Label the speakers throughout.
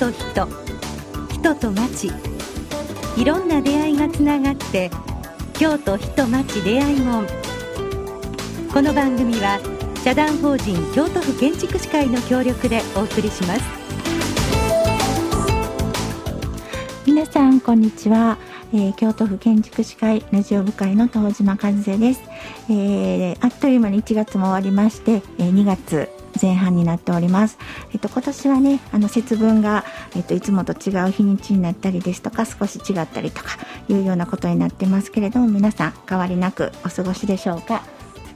Speaker 1: と人、人と町、いろんな出会いがつながって京都人町出会いもん。この番組は社団法人京都府建築士会の協力でお送りします。
Speaker 2: 皆さんこんにちは、京都府建築士会ラジオ部会の東島和恵です。あっという間に1月も終わりまして、2月前半になっております。今年はね、節分が、いつもと違う日にちになったりですとか、少し違ったりとかいうようなことになってますけれども、皆さん変わりなくお過ごしでしょうか。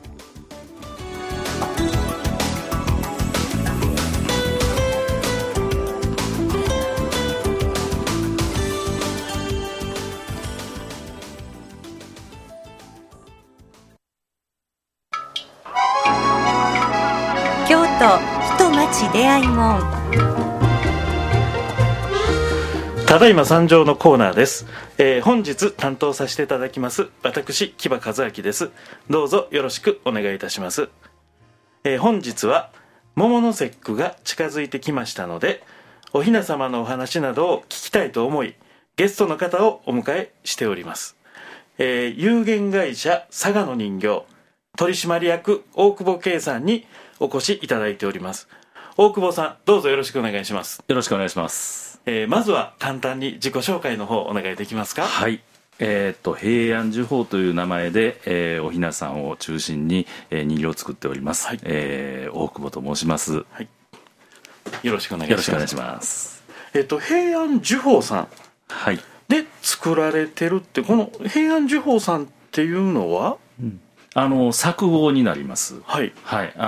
Speaker 1: 京都人町出会いもん。
Speaker 3: ただいま参上のコーナーです。本日担当させていただきます私木場和明です。どうぞよろしくお願いいたします。本日は桃の節句が近づいてきましたので、お雛様のお話などを聞きたいと思い、ゲストの方をお迎えしております。有限会社佐賀の人形取締役大久保圭さんにお越しいただいております。大久保さん、どうぞよろしくお願いします。
Speaker 4: よろしくお願いします。
Speaker 3: まずは簡単に自己紹介の方お願いできますか。
Speaker 4: はい、平安寿法という名前で、お雛さんを中心に、人形を作っております、はい、大久保と申します、はい、
Speaker 3: よろしくお願いします。
Speaker 4: よろしくお願いします。
Speaker 3: 平安寿法さん、
Speaker 4: はい、
Speaker 3: で作られてるって、この平安寿法さんっていうのは、
Speaker 4: 作号になります。はい、はい、ペ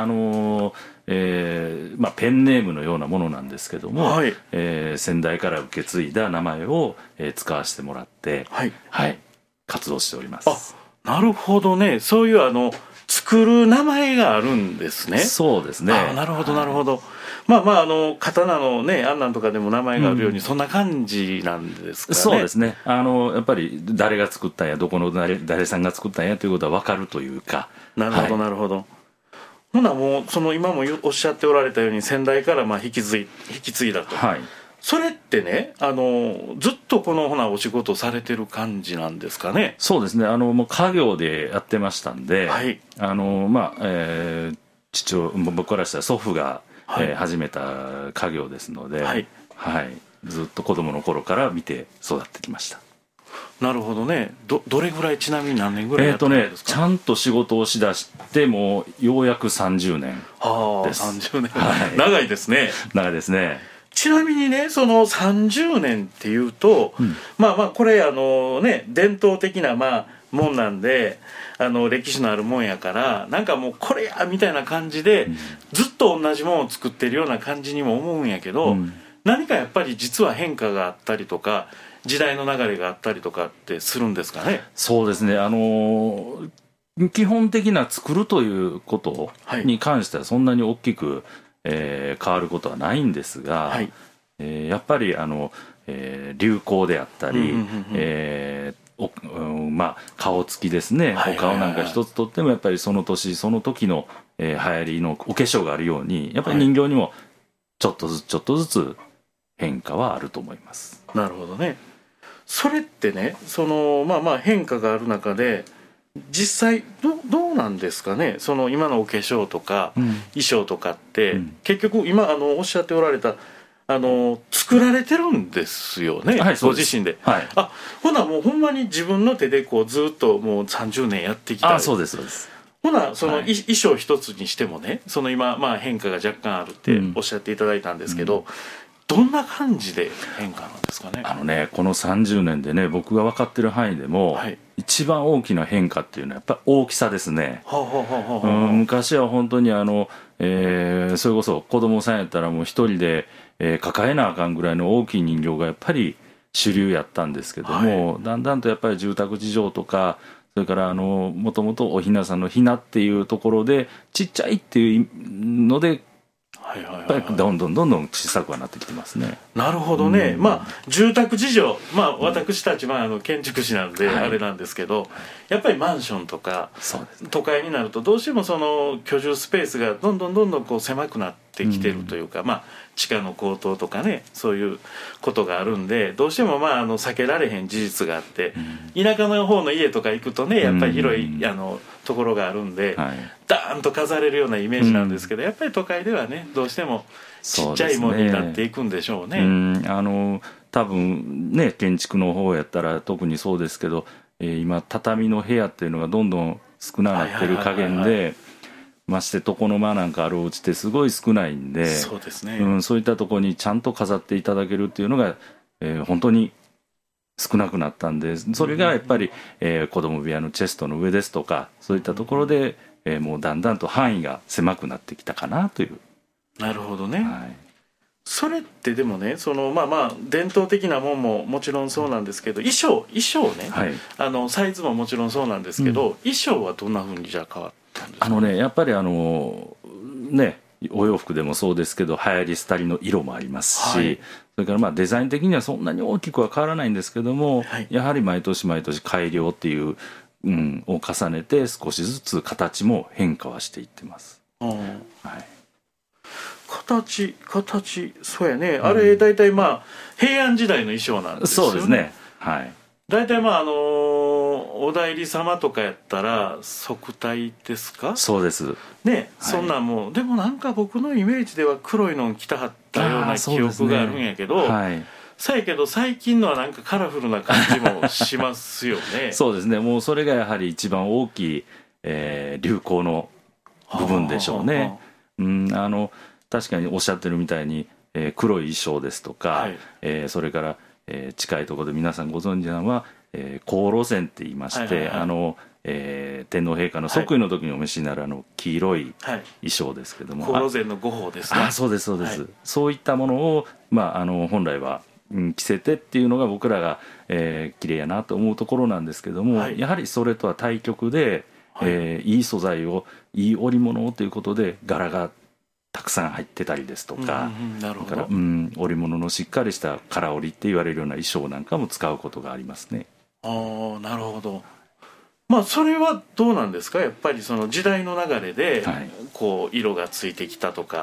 Speaker 4: ンネームのようなものなんですけども、はい、先代から受け継いだ名前を、使わせてもらって、はいはい、活動しております。
Speaker 3: あ、なるほどね。そういう作る名前があるんですね。
Speaker 4: そうですね。
Speaker 3: なるほどなるほど、はい、刀のね、あんなんとかでも名前があるように、そんな感じなんですかね。
Speaker 4: そうですね。やっぱり誰が作ったんや、どこの誰さんが作ったんやということは分かるというか。
Speaker 3: なるほどなるほど、はい、ほなもう今もおっしゃっておられたように先代から引き継いだと、はい、それってね、ずっとこのお仕事をされてる感じなんですかね。
Speaker 4: そうですね。もう家業でやってましたんで、はい、僕からしたら祖父が、はい、始めた家業ですので、はいはい、ずっと子供の頃から見て育ってきました。
Speaker 3: なるほどね。どれぐらい、ちなみに何年ぐらいやったんですか。
Speaker 4: ちゃんと仕事をしだしてもようやく30年です。
Speaker 3: 30年、
Speaker 4: はい、
Speaker 3: 長いですね。
Speaker 4: 長いですね。
Speaker 3: ちなみにね、その30年っていうと、これ伝統的なもんなんで、歴史のあるもんやから、なんかもうこれやみたいな感じで、ずっと同じものを作ってるような感じにも思うんやけど、何かやっぱり実は変化があったりとか、時代の流れがあったりとかってするんですかね。
Speaker 4: そうですね。基本的な作るということに関してはそんなに大きく、変わることはないんですが、はい、やっぱり流行であったり、顔つきですね、お顔なんか一つとってもやっぱりその年その時の、流行りのお化粧があるように、やっぱり人形にもちょっとずつ変化はあると思います。
Speaker 3: なるほどね。それってね、変化がある中で実際どうなんですかね。今のお化粧とか、衣装とかって、結局今おっしゃっておられた作られてるんですよね、はい、ご自身で、はい、ほなもうほんまに自分の手でずっともう30年やってきた。
Speaker 4: そうですそうです。
Speaker 3: ほな衣装一つにしてもね、今、変化が若干あるっておっしゃっていただいたんですけど、どんな感じで変化なんですかね。
Speaker 4: この30年でね、僕が分かってる範囲でも、はい、一番大きな変化っていうのはやっぱり大きさですね。昔は本当にそれこそ子供さんやったらもう一人で、抱えなあかんぐらいの大きい人形がやっぱり主流やったんですけども、はい、だんだんとやっぱり住宅事情とか、それからもともとお雛さんの雛っていうところでちっちゃいっていうので、やっぱりどんどん小さくはなってきてますね。
Speaker 3: なるほどね。住宅事情、私たち建築士なんであれなんですけど、やっぱりマンションとか都会になるとどうしてもその居住スペースがどんどん狭くなってってきてるというか、地価の高騰とかね、そういうことがあるんで、どうしても避けられへん事実があって、田舎の方の家とか行くとね、やっぱり広いところがあるんで、ダーンと飾れるようなイメージなんですけど、やっぱり都会ではね、どうしてもちっちゃいものになっていくんでしょうね。
Speaker 4: 多分ね、建築の方やったら特にそうですけど、今畳の部屋っていうのがどんどん少なくなってる加減で、まして床の間なんかあるお家ってすごい少ないんで、
Speaker 3: そうですね、
Speaker 4: そういったところにちゃんと飾っていただけるっていうのが、本当に少なくなったんで、それがやっぱり、子供部屋のチェストの上ですとか、そういったところで、もうだんだんと範囲が狭くなってきたかなという。
Speaker 3: なるほどね、それってでもね、伝統的なもんももちろんそうなんですけど、衣装ね、サイズももちろんそうなんですけど、衣装はどんな風にじゃあ変わったんですか？
Speaker 4: やっぱりお洋服でもそうですけど、流行り廃りの色もありますし、それからデザイン的にはそんなに大きくは変わらないんですけども、やはり毎年毎年改良っていう、を重ねて少しずつ形も変化はしていってます。
Speaker 3: 形そうやね、あれ大体平安時代の衣装なんですよね。
Speaker 4: そうですね、
Speaker 3: 大体お内裏様とかやったら束帯ですか？
Speaker 4: そうです
Speaker 3: ね、そんなんもでもなんか僕のイメージでは黒いのを着たはったような記憶があるんやけど、最近のはなんかカラフルな感じもしますよね。
Speaker 4: そうですね、もうそれがやはり一番大きい、流行の部分でしょうね。確かにおっしゃってるみたいに、黒い衣装ですとか、それから、近いところで皆さんご存知なのは、黄櫨染って言いまして、天皇陛下の即位の時にお召しになる黄色い衣装ですけども、
Speaker 3: 黄櫨染の御法ですね。
Speaker 4: そうですそうです、そういったものを、本来は着せてっていうのが僕らが、綺麗やなと思うところなんですけども、やはりそれとは対極で、いい素材をいい織物をということで柄がたくさん入ってたりですとか、織物のしっかりした唐織って言われるような衣装なんかも使うことがありますね。
Speaker 3: なるほど。それはどうなんですか？やっぱりその時代の流れでこう色がついてきたとか、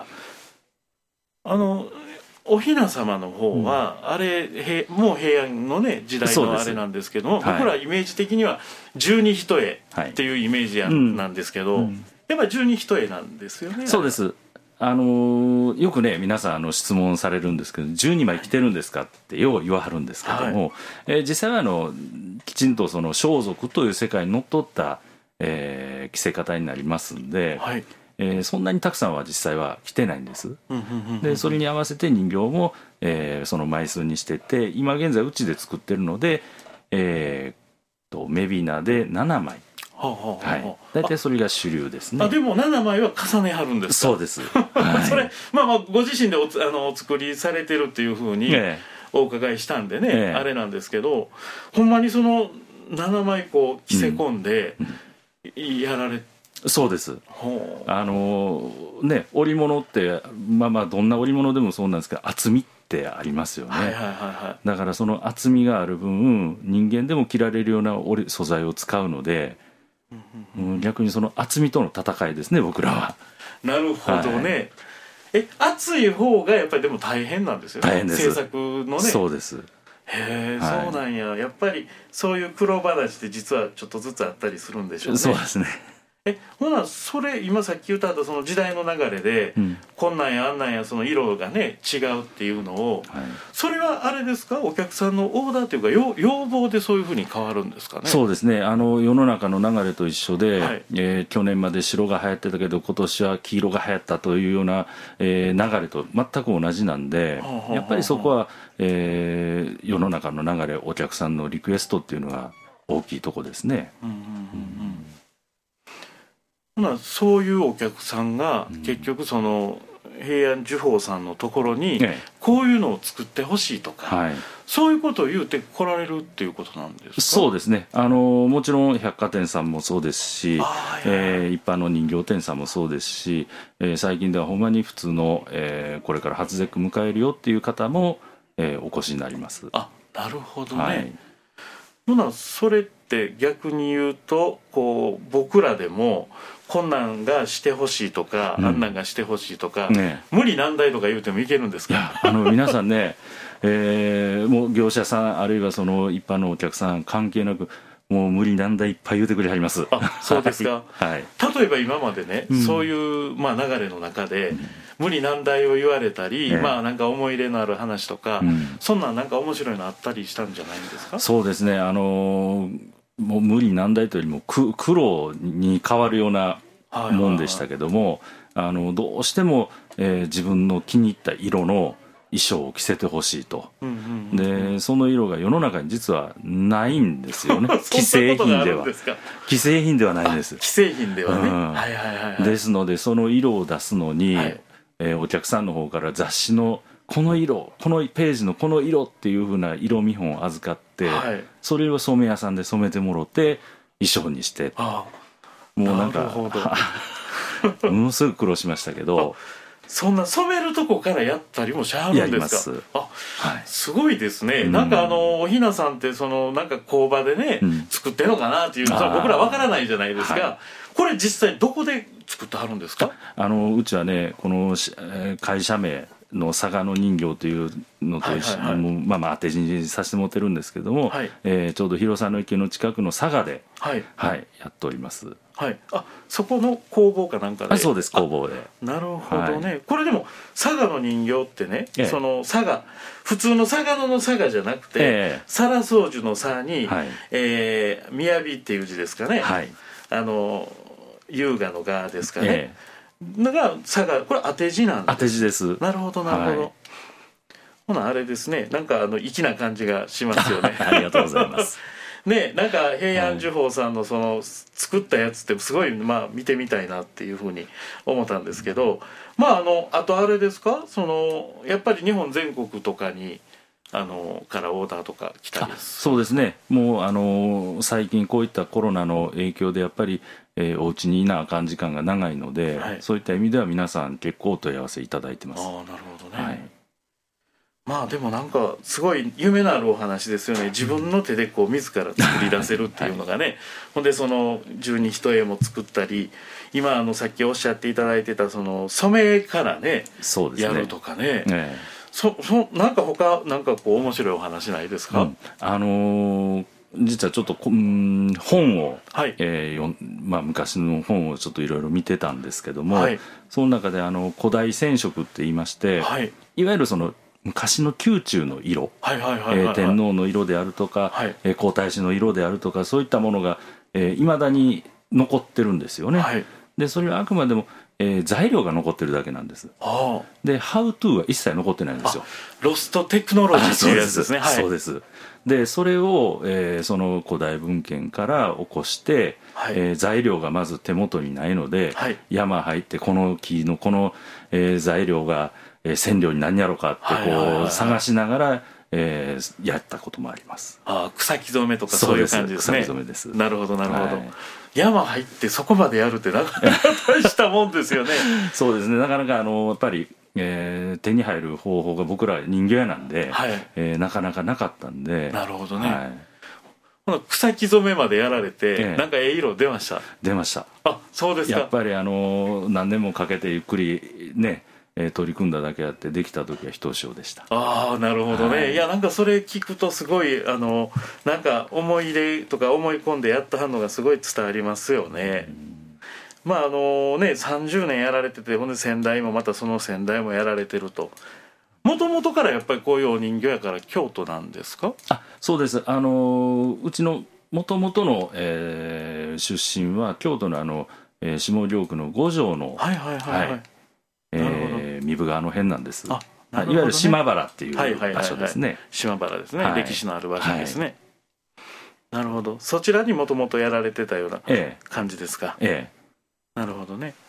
Speaker 3: お雛様の方は、あれもう平安のね時代のあれなんですけども、僕らイメージ的には十二一重っていうイメージなんですけど、やっぱり十二一重なんですよね。
Speaker 4: そうです。よくね皆さん質問されるんですけど、12枚着てるんですかってよう言わはるんですけども、実際はきちんとその装束という世界にのっとった、着せ方になりますんで、そんなにたくさんは実際は着てないんです。でそれに合わせて人形も、その枚数にしてて、今現在うちで作ってるので、目びなで7枚、大体それが主流ですね。
Speaker 3: でも7枚は重ねはるんですか？
Speaker 4: そうです、
Speaker 3: それご自身でお作りされてるっていうふうにお伺いしたんでね、あれなんですけど、ほんまにその7枚こう着せ込んでやられて、
Speaker 4: そうです。織物ってどんな織物でもそうなんですけど、厚みってありますよね。だからその厚みがある分、人間でも着られるような素材を使うので、逆にその厚みとの戦いですね、僕らは。
Speaker 3: なるほどね。厚い方がやっぱりでも大変なんですよね。
Speaker 4: 大変です。
Speaker 3: 制作のね。
Speaker 4: そうです。
Speaker 3: そうなんや。やっぱりそういう苦労話って実はちょっとずつあったりするんでしょうね。
Speaker 4: そうですね。
Speaker 3: ほなそれ今さっき言ったその時代の流れで、こんなんやあんなんやその色がね違うっていうのを、それはあれですか、お客さんのオーダーというか要望でそういうふうに変わるんですかね？
Speaker 4: そうですね、世の中の流れと一緒で、去年まで白が流行ってたけど今年は黄色が流行ったというような、流れと全く同じなんで、やっぱりそこは、世の中の流れ、お客さんのリクエストっていうのが大きいとこですね。
Speaker 3: そういうお客さんが結局その平安寿宝さんのところにこういうのを作ってほしいとか、そういうことを言うて来られるっていうことなんですか？
Speaker 4: そうですね、もちろん百貨店さんもそうですし、一般の人形店さんもそうですし、最近ではほんまに普通の、これから初節句迎えるよっていう方も、お越しになります。
Speaker 3: なるほどね。 ほなそれって逆に言うとこう僕らでもこんなんがしてほしいとか、あんなんがしてほしいとか、無理難題とか言うてもいけるんですか？
Speaker 4: いや皆さんね、もう業者さんあるいはその一般のお客さん関係なくもう無理難題いっぱい言うてくれはります。
Speaker 3: あ、そうですか。
Speaker 4: はい、
Speaker 3: 例えば今までね、そういう、まあ、流れの中で、無理難題を言われたり、まあなんか思い入れのある話とか、そんなんなんか面白いのあったりしたんじゃないんですか？
Speaker 4: そうですね、もう無理難題というよりも苦労に変わるようなもんでしたけども、どうしても、自分の気に入った色の衣装を着せてほしいと、でその色が世の中に実はないんですよね。既製品では既製品ではないんです。
Speaker 3: 既製品ではね、
Speaker 4: ですのでその色を出すのに、お客さんの方から雑誌のこの色、このページのこの色っていう風な色見本を預かって、それを染め屋さんで染めてもろって衣装にして、もうなんかものすごく苦労しましたけど。
Speaker 3: そんな染めるとこからやったりもしはるんですか？すごいですね。なんかおひなさんってそのなんか工場でね、作ってんのかなっていうの僕らわからないじゃないですか。これ実際どこで作ってはるんですか？
Speaker 4: うちはねこの会社名の佐賀の人形というのと一緒にまあ当て字にさせてもらってるんですけども、ちょうど広沢の池の近くの佐賀でやっております。
Speaker 3: あ、そこの工房かなんかで。
Speaker 4: そうです、工房で。
Speaker 3: なるほどね。これでも佐賀の人形ってね、その佐賀普通の佐賀の佐賀じゃなくて、皿掃除の皿に雅っていう字ですかね、優雅の雅ですかね、のが佐賀、これ当て字なんです。
Speaker 4: 当て字です。
Speaker 3: なるほどなるほど。ほなあれですね、なんか粋な感じがしますよね。
Speaker 4: ありがとうございます。
Speaker 3: ね、なんか平安寿法さんのその作ったやつってすごい見てみたいなっていうふうに思ったんですけど、あとあれですか、そのやっぱり日本全国とかにからオーダーとか来たり。
Speaker 4: そうですね、もう最近こういったコロナの影響でやっぱり、お家にいなあかん時間が長いので、そういった意味では皆さん結構お問い合わせいただいてます。
Speaker 3: なるほどね。でもなんかすごい夢のあるお話ですよね。自分の手でこう自ら作り出せるっていうのがね、ほんでその十二一重も作ったり、今さっきおっしゃっていただいてたその染めからねやるとかね、なんか他なんかこう面白いお話ないですか？
Speaker 4: 実はちょっと本を、昔の本をちょっといろいろ見てたんですけども、その中で古代染色って言いまして、いわゆるその昔の宮中の色、天皇の色であるとか、皇太子の色であるとか、そういったものがいまだに残ってるんですよね。でそれはあくまでも材料が残ってるだけなんです。で How to は一切残ってないんですよ。
Speaker 3: ロストテクノロジーっていうやつですね。
Speaker 4: そうです。でそれを、その古代文献から起こして、材料がまず手元にないので、山入ってこの木のこの、材料が染料に何やろかってこう探しながらやったこともあります。
Speaker 3: 草木染めとかそういう感じですね。
Speaker 4: 草木染めです。
Speaker 3: なるほどなるほど。山入ってそこまでやるってなかなか大したもんですよね。
Speaker 4: そうですね、なかなかやっぱり、手に入る方法が僕ら人形屋なんで、なかなかなかったんで。
Speaker 3: なるほどね。草木染めまでやられて、なんか色出ました？
Speaker 4: 出ました。
Speaker 3: そうですか。
Speaker 4: やっぱり何年もかけてゆっくりね取り組んだだけあってできた時はひとしおでした。
Speaker 3: なるほどね。いやなんかそれ聞くとすごいなんか思い入れとか思い込んでやったはんのがすごい伝わりますよね。30年やられてて、ほんで先代もまたその先代もやられてると。もともとからやっぱりこういうお人形やから京都なんですか？
Speaker 4: そうです。うちのもともとの出身は京都の下京区の五条の壬生川の辺なんです。いわゆる島原っていう場所ですね。
Speaker 3: 島原ですね、歴史のある場所ですね。なるほど。そちらにもともとやられてたような感じですか？なるほどね。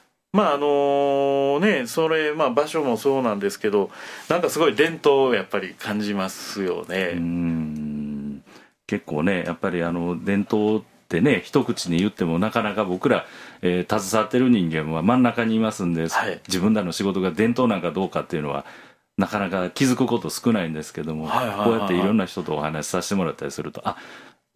Speaker 3: それ場所もそうなんですけど、なんかすごい伝統をやっぱり感じますよね。
Speaker 4: 結構ね、やっぱり伝統ってね、一口に言ってもなかなか僕ら、携わってる人間は真ん中にいますんで、自分らの仕事が伝統なんかどうかっていうのはなかなか気づくこと少ないんですけども、こうやっていろんな人とお話しさせてもらったりすると、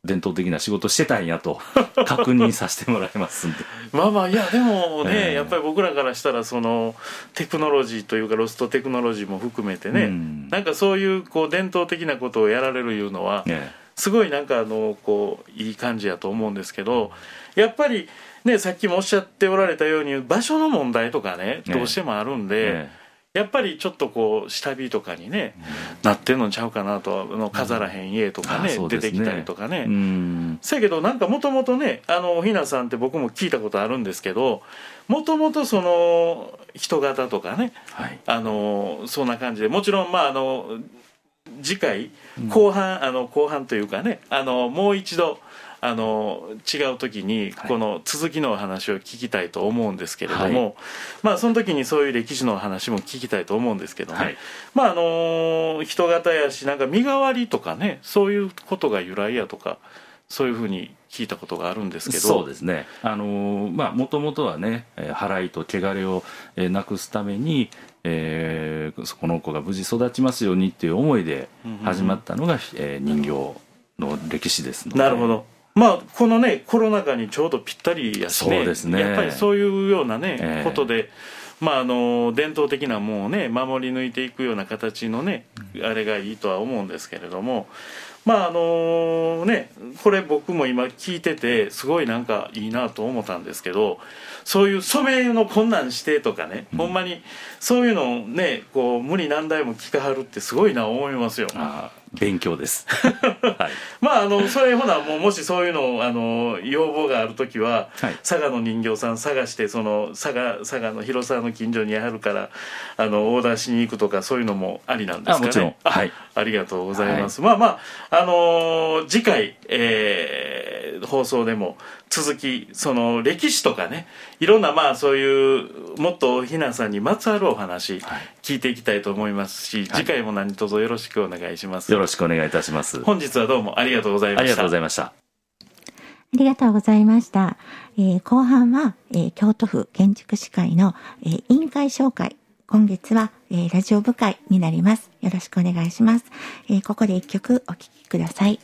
Speaker 4: 伝統的な仕事してたんやと確認させてもらいますんで
Speaker 3: まあまあ、いやでもね、やっぱり僕らからしたらそのテクノロジーというかロストテクノロジーも含めてね、なんかそういうこう伝統的なことをやられるいうのは、すごいなんかこういい感じやと思うんですけど、やっぱりね、さっきもおっしゃっておられたように場所の問題とかね、どうしてもあるんで、やっぱりちょっとこう下火とかにね、なってんのちゃうかなと、飾らへん家とかね、出てきたりとかね。せやけどなんかもともとね、ひなさんって僕も聞いたことあるんですけど、もともとその人型とかね、そんな感じで、もちろんまあ次回後半というかね、もう一度違う時にこの続きのお話を聞きたいと思うんですけれども、まあその時にそういう歴史の話も聞きたいと思うんですけどね、まあ人型やし、なんか身代わりとかね、そういうことが由来やとか、そういうふうに聞いたことがあるんですけど。
Speaker 4: そうですね、まあもともとはね、払いと汚れをなくすために、この子が無事育ちますようにっていう思いで始まったのが、人形の歴史ですので。
Speaker 3: なるほど。まあこのね、コロナ禍にちょうどぴったりやしね、
Speaker 4: そうですね、
Speaker 3: やっぱりそういうようなね、ことで、まあ伝統的なものをね守り抜いていくような形のね、あれがいいとは思うんですけれども、まあね、これ僕も今聞いててすごいなんかいいなと思ったんですけど、そういう染めのこんなんしてとかね、ほんまにそういうのをね、こう無理難題も聞かはるってすごいな思いますよ。
Speaker 4: 勉強です、はい、
Speaker 3: まあそれほなもしそういうの要望があるときは、佐賀の人形さん探して、その佐賀の広沢の近所にあるからオーダーしに行くとか、そういうのもありなんですかね。
Speaker 4: もちろん、
Speaker 3: ありがとうございます、まあまあ次回、放送でも続き、その歴史とかね、いろんなまあそういうもっとひなさんにまつわるお話、聞いていきたいと思いますし、次回も何卒よろしくお願いします。
Speaker 4: よろしくお願いいたします。
Speaker 3: 本日はどうもありがとうございました。
Speaker 4: ありがとうございました。
Speaker 2: ありがとうございました。後半は、京都府建築士会の、委員会紹介。今月は、ラジオ部会になります。よろしくお願いします。ここで一曲お聴きください。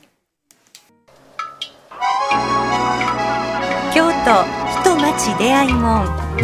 Speaker 1: 京都人町出会い門。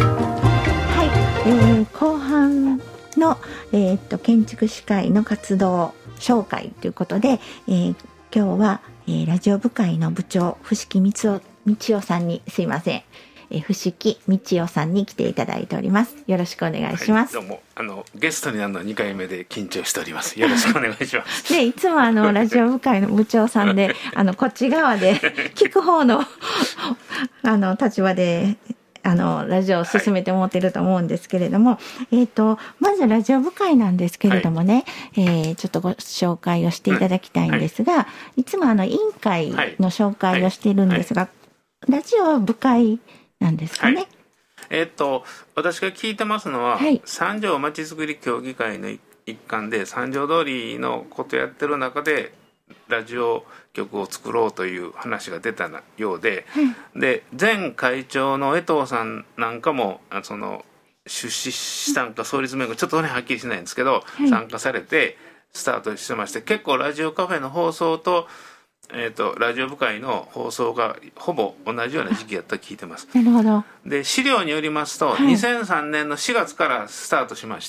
Speaker 2: はい、後半の、建築士会の活動紹介ということで、今日は、ラジオ部会の部長伏木道夫さんに、すいません、伏木道夫さんに来ていただいております。よろしくお願いします。
Speaker 5: どうもゲストになるのは2回目で緊張しております。よろしくお願いします。
Speaker 2: でいつもラジオ部会の部長さんでこっち側で聞く方の立場でラジオを進めて思っていると思うんですけれども、まずラジオ部会なんですけれどもね、ちょっとご紹介をしていただきたいんですが、いつも委員会の紹介をしているんですが、ラジオは部会なんですかね。
Speaker 5: 私が聞いてますのは、三条まちづくり協議会の一環で三条通りのことやってる中でラジオ局を作ろうという話が出たようで、で前会長の江藤さんなんかも出資したんか創立メンバーちょっとねはっきりしないんですけど、参加されてスタートしてまして、結構ラジオカフェの放送とラジオ部会の放送がほぼ同じような時期やったと聞いてます。
Speaker 2: なるほど。
Speaker 5: で資料によりますと、2003年の4月からスタートしまして、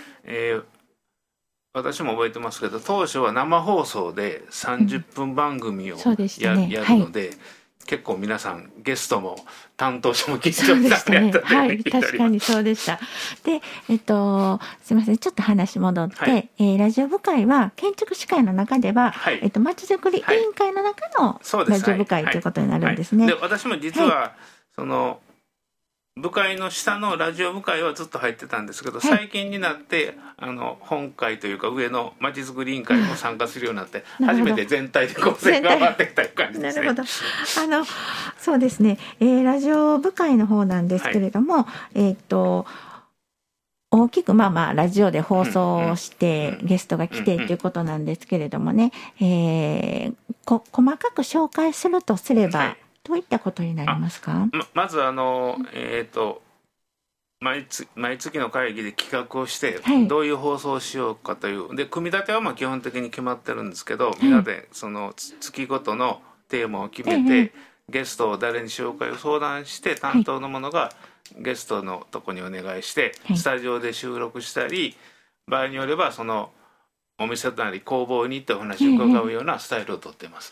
Speaker 5: 私も覚えてますけど、当初は生放送で30分番組をやるので、結構皆さんゲストも担当者も緊張したやった
Speaker 2: 確かにそうでした。で、すみません、ちょっと話戻って、ラジオ部会は建築士会の中では、まちづくり委員会の中のラジオ部会ということになるんですね。
Speaker 5: で私も実は、部会の下のラジオ部会はずっと入ってたんですけど、最近になって本会というか上のまちづくり委員会も参加するようになって初めて全体で構成が回ってきた感じですね。
Speaker 2: なるほど。そうですね、ラジオ部会の方なんですけれども、大きくラジオで放送をしてゲストが来てということなんですけれどもね、細かく紹介するとすれば、どういったことになりますか？
Speaker 5: まず毎月の会議で企画をして、どういう放送をしようかというで、組み立ては基本的に決まってるんですけど、みんなでその月ごとのテーマを決めて、ゲストを誰に紹介を相談して担当の者がゲストのとこにお願いして、スタジオで収録したり、場合によればそのお店なり工房に行ってお話を伺うようなスタイルをとってます。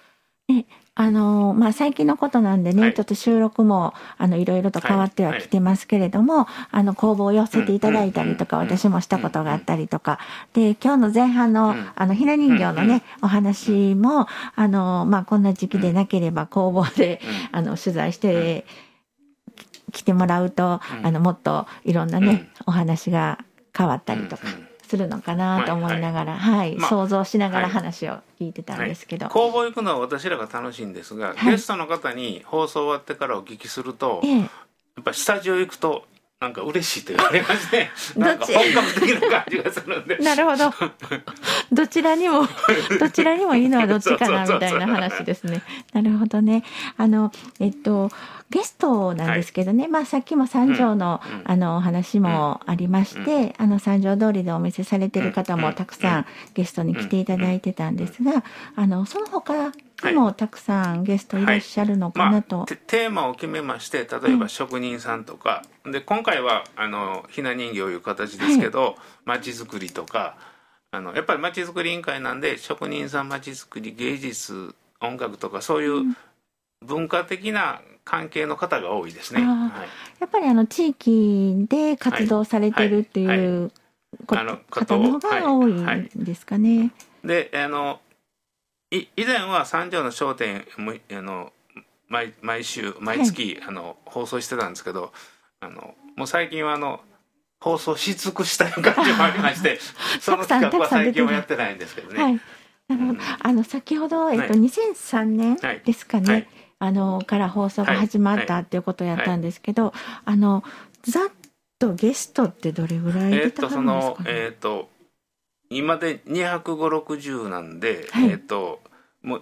Speaker 2: 最近のことなんでね、ちょっと収録もいろいろと変わってはきてますけれども、工房を寄せていただいたりとか、私もしたことがあったりとかで、今日の前半のひな人形のねお話もこんな時期でなければ工房で取材して来てもらうともっといろんなねお話が変わったりとかするのかなと思いながら、想像しながら話を聞いてたんですけど、
Speaker 5: 工房行くのは私らが楽しいんですが、ゲストの方に放送終わってからお聞きすると、やっぱりスタジオ行くとなんか嬉しいと言われまして、なんか本格的な感じがするんで
Speaker 2: なるほどどちらにもいいのはどっちかなみたいな話ですね。なるほどね。ゲストなんですけどね、さっきも三条の、お話もありまして、三条通りでお店されてる方もたくさんゲストに来ていただいてたんですが、その他にもたくさんゲストいらっしゃるのかなと。
Speaker 5: テーマを決めまして、例えば職人さんとか、で今回はひな人形いう形ですけど、まちづくりとかやっぱりまちづくり委員会なんで、職人さん、まちづくり、芸術、音楽とかそういう文化的な関係の方が多いですね。
Speaker 2: やっぱり地域で活動されてるっていう方の方が多いんですかね。
Speaker 5: で以前は三条の商店毎月放送してたんですけど、もう最近は放送し尽くしたい感じもありましてその企画は最近はやってないんですけどね。
Speaker 2: なるほど。先ほど、2003年ですかね、から放送が始まったっていうことをやったんですけど、ざっとゲストってどれぐらい出たんですかね。
Speaker 5: 今で25060なんで、もう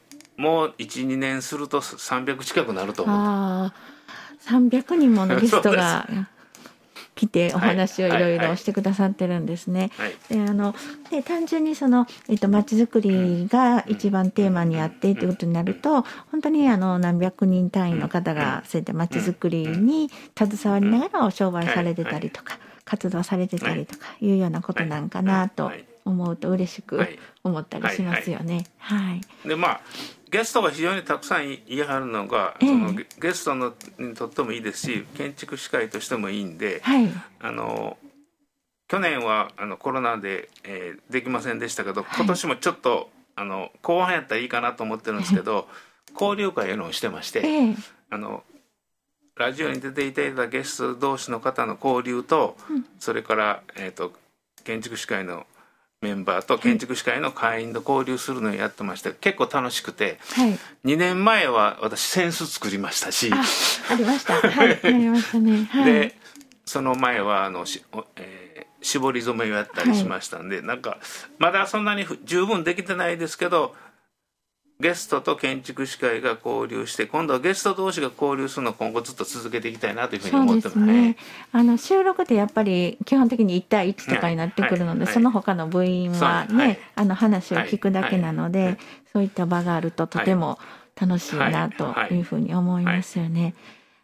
Speaker 5: 1,2 年すると300近くなると思う。
Speaker 2: 300人ものゲストが来てお話をいろいろしてくださってるんですね。で単純にそのまちづくりが一番テーマにあってっていうことになると、本当に何百人単位の方がそういったまちづくりに携わりながらお商売されてたりとか、活動されてたりとかいうようなことなんかなと思うと嬉しく思ったりしますよね。
Speaker 5: でゲストが非常にたくさんいはるのが、そのゲストにとってもいいですし、建築士会としてもいいんで、去年はコロナで、できませんでしたけど、今年もちょっと後半やったらいいかなと思ってるんですけど、交流会をしてまして、ラジオに出ていただいたゲスト同士の方の交流と、それから、建築士会のメンバーと建築士会の会員と交流するのをやってまして、結構楽しくて、2年前は私扇子作りましたし、
Speaker 2: ありました。ありましたね。
Speaker 5: でその前は絞り染めをやったりしましたんで、なんかまだそんなに十分できてないですけど、ゲストと建築士会が交流して、今度はゲスト同士が交流するのを今後ずっと続けていきたいなというふうに思ってます。
Speaker 2: そうですね。収録でやっぱり基本的に1対1とかになってくるので、その他の部員はね、話を聞くだけなので、そういった場があるととても楽しいなというふうに思いますよね。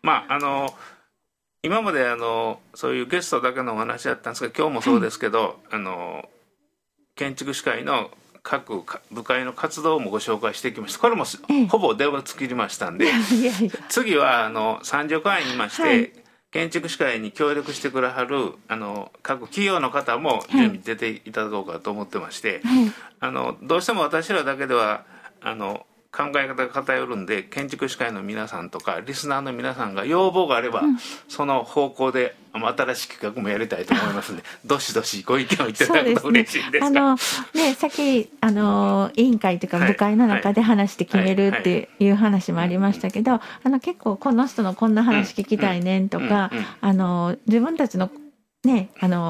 Speaker 5: 今までそういうゲストだけのお話だったんですが、今日もそうですけど、建築士会の各部会の活動もご紹介してきました。これもほぼ電話作りましたんで、次は三条会にいまして、建築士会に協力してくださる各企業の方も準備出ていただこうかと思ってまして、どうしても私らだけでは考え方が偏るんで、建築士会の皆さんとかリスナーの皆さんが要望があれば、その方向で新しい企画もやりたいと思いますので、どしどしご意見をいただくと嬉しいですが、
Speaker 2: さっき委員会というか部会の中で話して決めるっていう話もありましたけど、結構この人のこんな話聞きたいねんとか、自分たちのね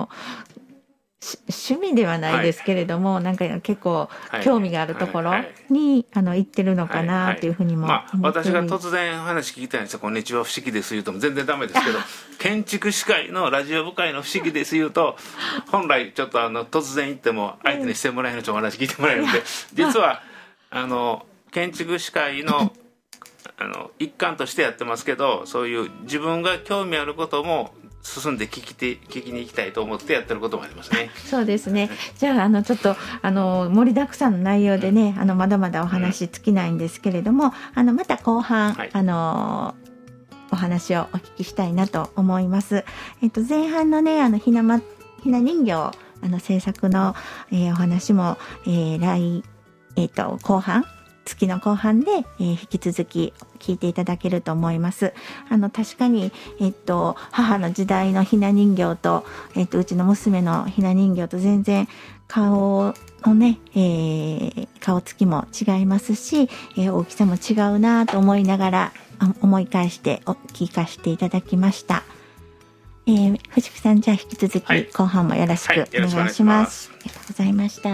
Speaker 2: 趣味ではないですけれども、なんか結構興味があるところに行ってるのかなっていうふうにも思って
Speaker 5: 私が突然話聞きたいんですよ。こんにちは不思議です言うとも全然ダメですけど、建築士会のラジオ部会の不思議です言うと、本来ちょっと突然言っても相手にしてもらえるとお話聞いてもらえるんで、実は建築士会の一環としてやってますけど、そういう自分が興味あることも進んで聞きに行きたいと思ってやってることもありますね。
Speaker 2: そうですね。じゃあちょっと盛りだくさんの内容でね、まだまだお話尽きないんですけれども、また後半、はい、お話をお聞きしたいなと思います。前半のねひな人形制作の、お話も、後半月の後半で、引き続き聞いていただけると思います。確かに、母の時代のひな人形と、うちの娘のひな人形と全然顔のね、顔つきも違いますし、大きさも違うなと思いながら思い返して聞かせていただきました。藤木さん、じゃあ引き続き後半もよろしくお願いします。ありがとうございました。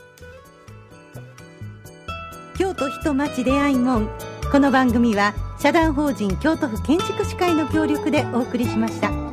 Speaker 1: 京都人町出会い門。この番組は社団法人京都府建築士会の協力でお送りしました。